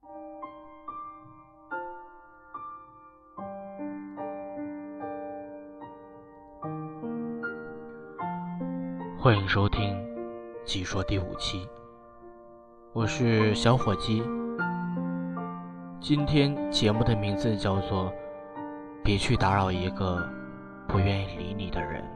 欢迎收听鸡说第5期，我是小伙鸡。今天节目的名字叫做别去打扰一个不愿意理你的人。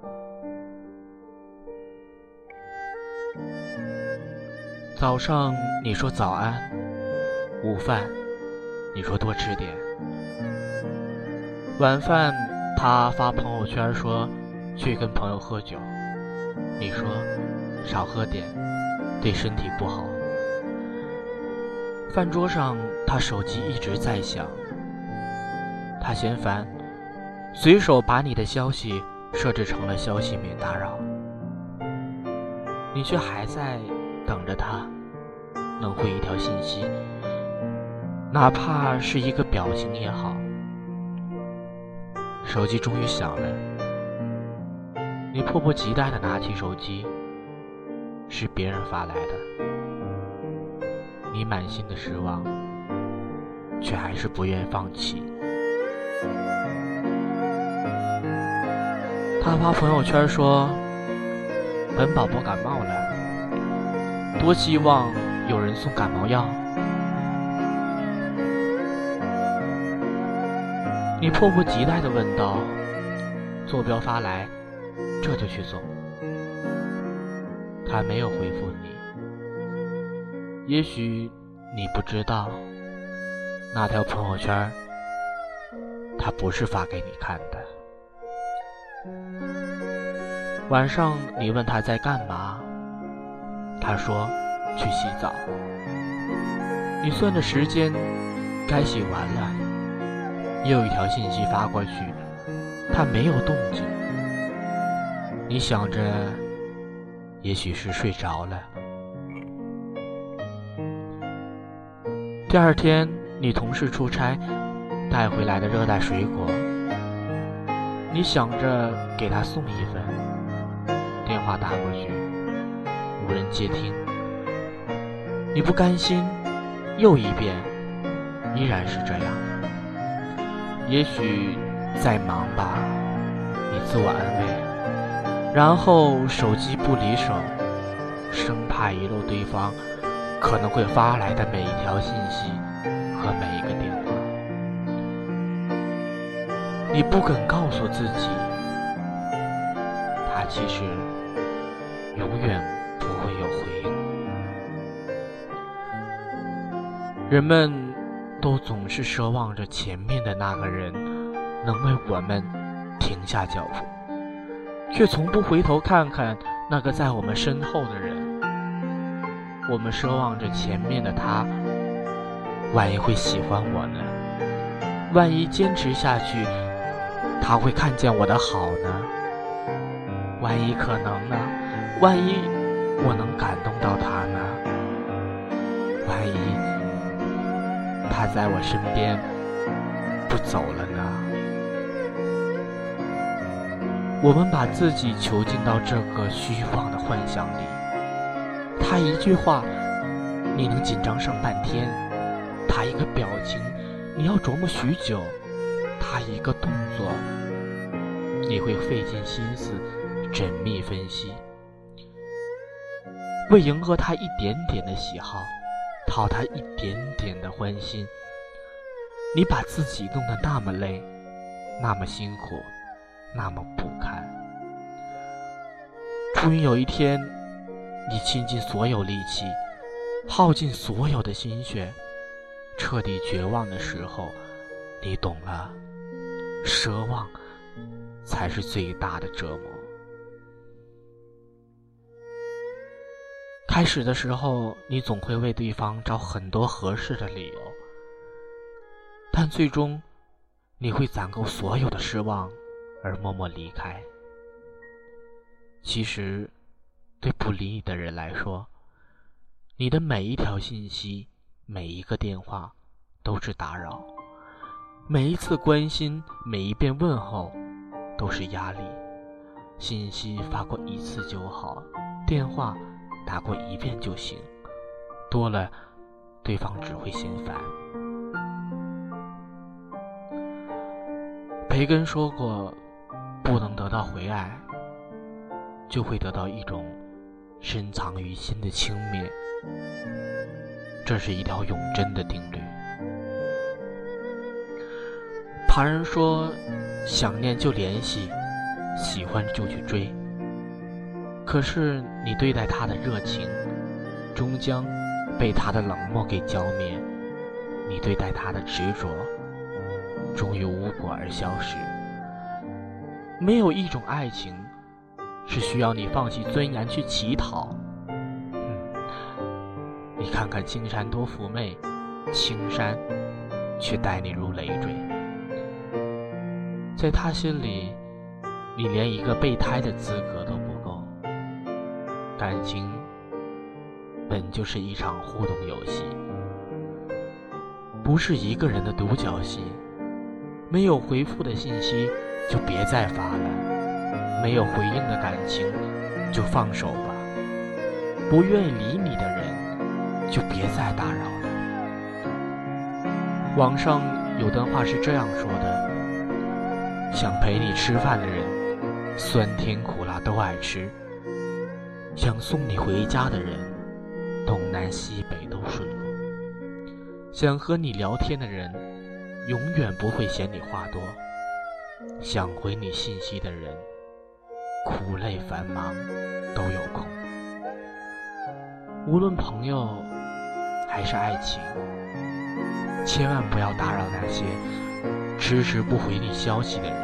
早上你说早安，午饭你说多吃点，晚饭他发朋友圈说去跟朋友喝酒，你说少喝点，对身体不好。饭桌上他手机一直在响，他嫌烦，随手把你的消息设置成了消息免打扰，你却还在等着他能回一条信息，哪怕是一个表情也好。手机终于响了，你迫不及待地拿起手机，是别人发来的，你满心的失望，却还是不愿放弃。他发朋友圈说本宝宝感冒了，多希望有人送感冒药。你迫不及待地问道，坐标发来，这就去送。他没有回复你，也许你不知道，那条朋友圈他不是发给你看的。晚上你问他在干嘛，他说去洗澡。你算着时间，该洗完了，又一条信息发过去，他没有动静。你想着也许是睡着了。第二天你同事出差带回来的热带水果，你想着给他送一份，电话打过去无人接听。你不甘心，又一遍，依然是这样。也许在忙吧，你自我安慰，然后手机不离手，生怕遗漏对方可能会发来的每一条信息和每一个电话。你不肯告诉自己，他其实永远不会有回应。人们都总是奢望着前面的那个人能为我们停下脚步，却从不回头看看那个在我们身后的人。我们奢望着前面的他万一会喜欢我呢？万一坚持下去他会看见我的好呢？万一可能呢？万一我能感动到他呢？万一他在我身边不走了呢？我们把自己囚禁到这个虚妄的幻想里，他一句话你能紧张上半天，他一个表情你要琢磨许久，他一个动作你会费尽心思缜密分析。为迎合他一点点的喜好，讨他一点点的欢心，你把自己弄得那么累，那么辛苦，那么不堪。终于有一天，你倾尽所有力气，耗尽所有的心血，彻底绝望的时候，你懂了，奢望才是最大的折磨。开始的时候，你总会为对方找很多合适的理由，但最终你会攒够所有的失望而默默离开。其实对不理你的人来说，你的每一条信息，每一个电话都是打扰，每一次关心，每一遍问候都是压力。信息发过一次就好，电话打过一遍就行，多了对方只会心烦。培根说过，不能得到回爱，就会得到一种深藏于心的轻蔑，这是一条永贞的定律。旁人说，想念就联系，喜欢就去追，可是你对待他的热情终将被他的冷漠给浇灭，你对待他的执着终于无果而消失。没有一种爱情是需要你放弃尊严去乞讨。你看看青山多妩媚，青山却待你如累赘。在他心里，你连一个备胎的资格都不够。感情本就是一场互动游戏，不是一个人的独角戏。没有回复的信息就别再发了，没有回应的感情就放手吧。不愿意理你的人就别再打扰了。网上有段话是这样说的：想陪你吃饭的人，酸甜苦辣都爱吃；想送你回家的人，东南西北都顺路；想和你聊天的人，永远不会嫌你话多；想回你信息的人，苦累繁忙都有空。无论朋友还是爱情，千万不要打扰那些迟迟不回你消息的人。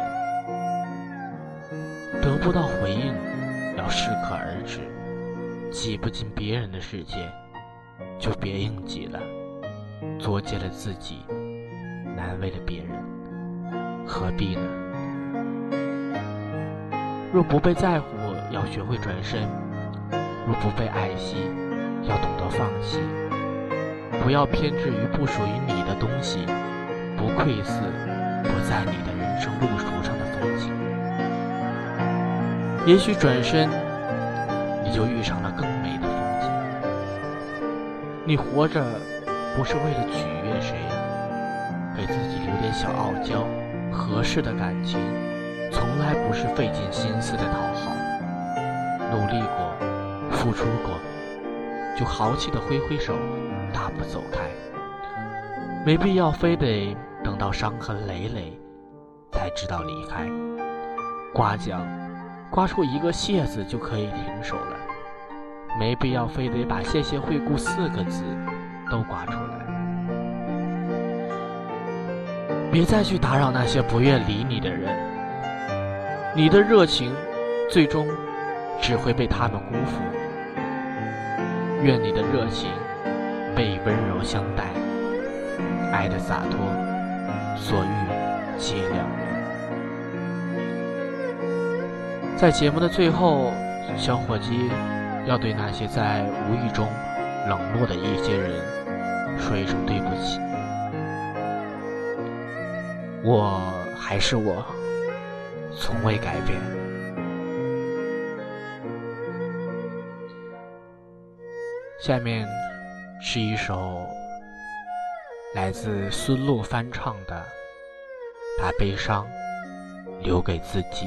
得不到回应要适可而止，挤不进别人的世界就别硬挤了，作践了自己，难为了别人，何必呢？若不被在乎，要学会转身；若不被爱惜，要懂得放弃。不要偏执于不属于你的东西，不窥视不在你的人生路途上的风景。也许转身，你就遇上了更美的风景。你活着不是为了取悦谁，给自己留点小傲娇，合适的感情从来不是费尽心思的讨好。努力过，付出过，就豪气的挥挥手，大步走开。没必要非得等到伤痕累累才知道离开。刮奖刮出一个谢字就可以停手了，没必要非得把谢谢惠顾4个字都刮出来。别再去打扰那些不愿理你的人，你的热情最终只会被他们辜负。愿你的热情被温柔相待，爱的洒脱，所遇皆两人。在节目的最后，小伙计要对那些在无意中冷落的一些人说一声对不起。我还是我，从未改变。下面是一首来自孙露翻唱的《把悲伤留给自己》。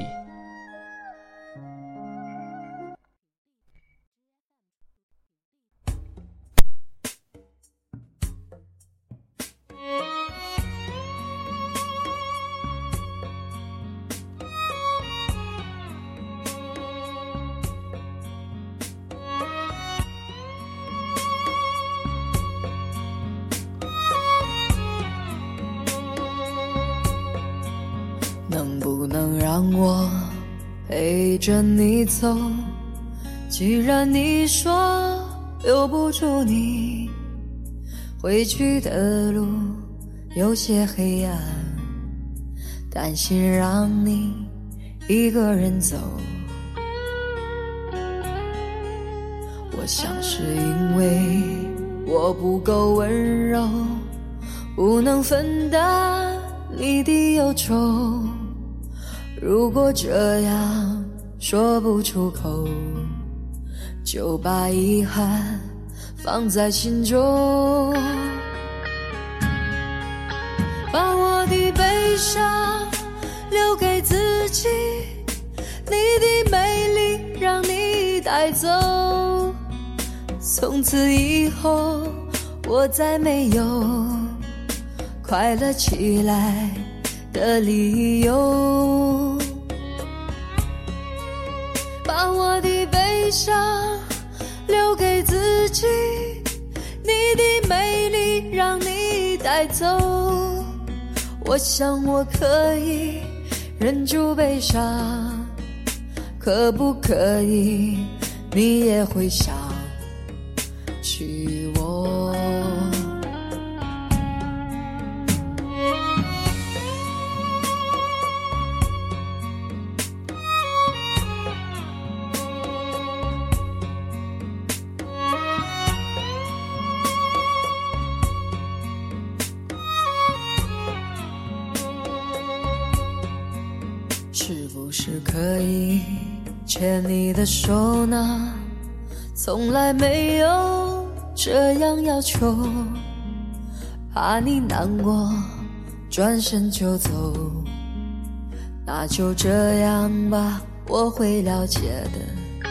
能不能让我陪着你走？既然你说留不住你，回去的路有些黑暗，担心让你一个人走。我想是因为我不够温柔，不能分担你的忧愁。如果这样说不出口，就把遗憾放在心中。 带走。从此以后，我再没有快乐起来的理由。把我的悲伤留给自己，你的美丽让你带走。我想我可以忍住悲伤，可不可以你也会想起我？是不是可以牵你的手呢？从来没有这样要求，怕你难过转身就走。那就这样吧，我会了解的。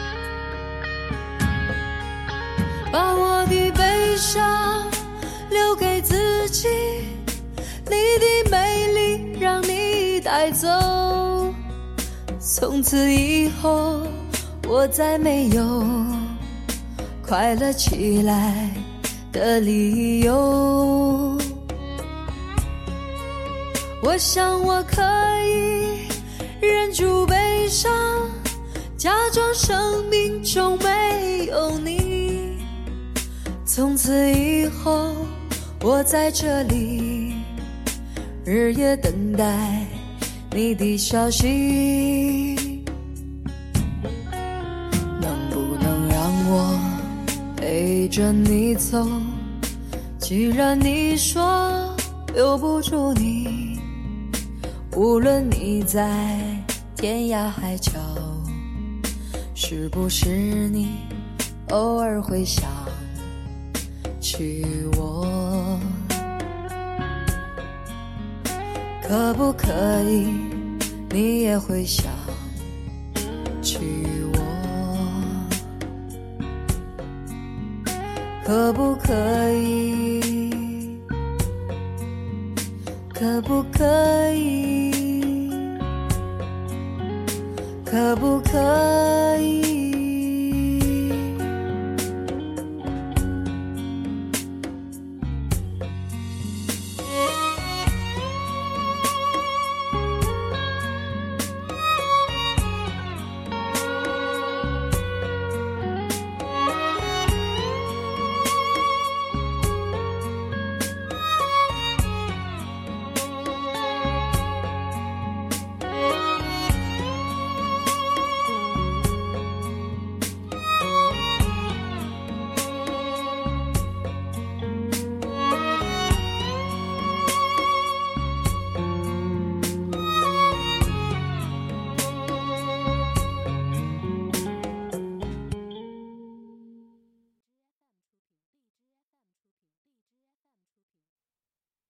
把我的悲伤留给自己，你的美丽让你带走。从此以后，我再没有快乐起来的理由。我想我可以忍住悲伤，假装生命中没有你。从此以后，我在这里日夜等待你的消息。能不能让我陪着你走？既然你说留不住你，无论你在天涯海角，是不是你偶尔会想起我？可不可以你也会想起我？可不可以？可不可以？可不可以？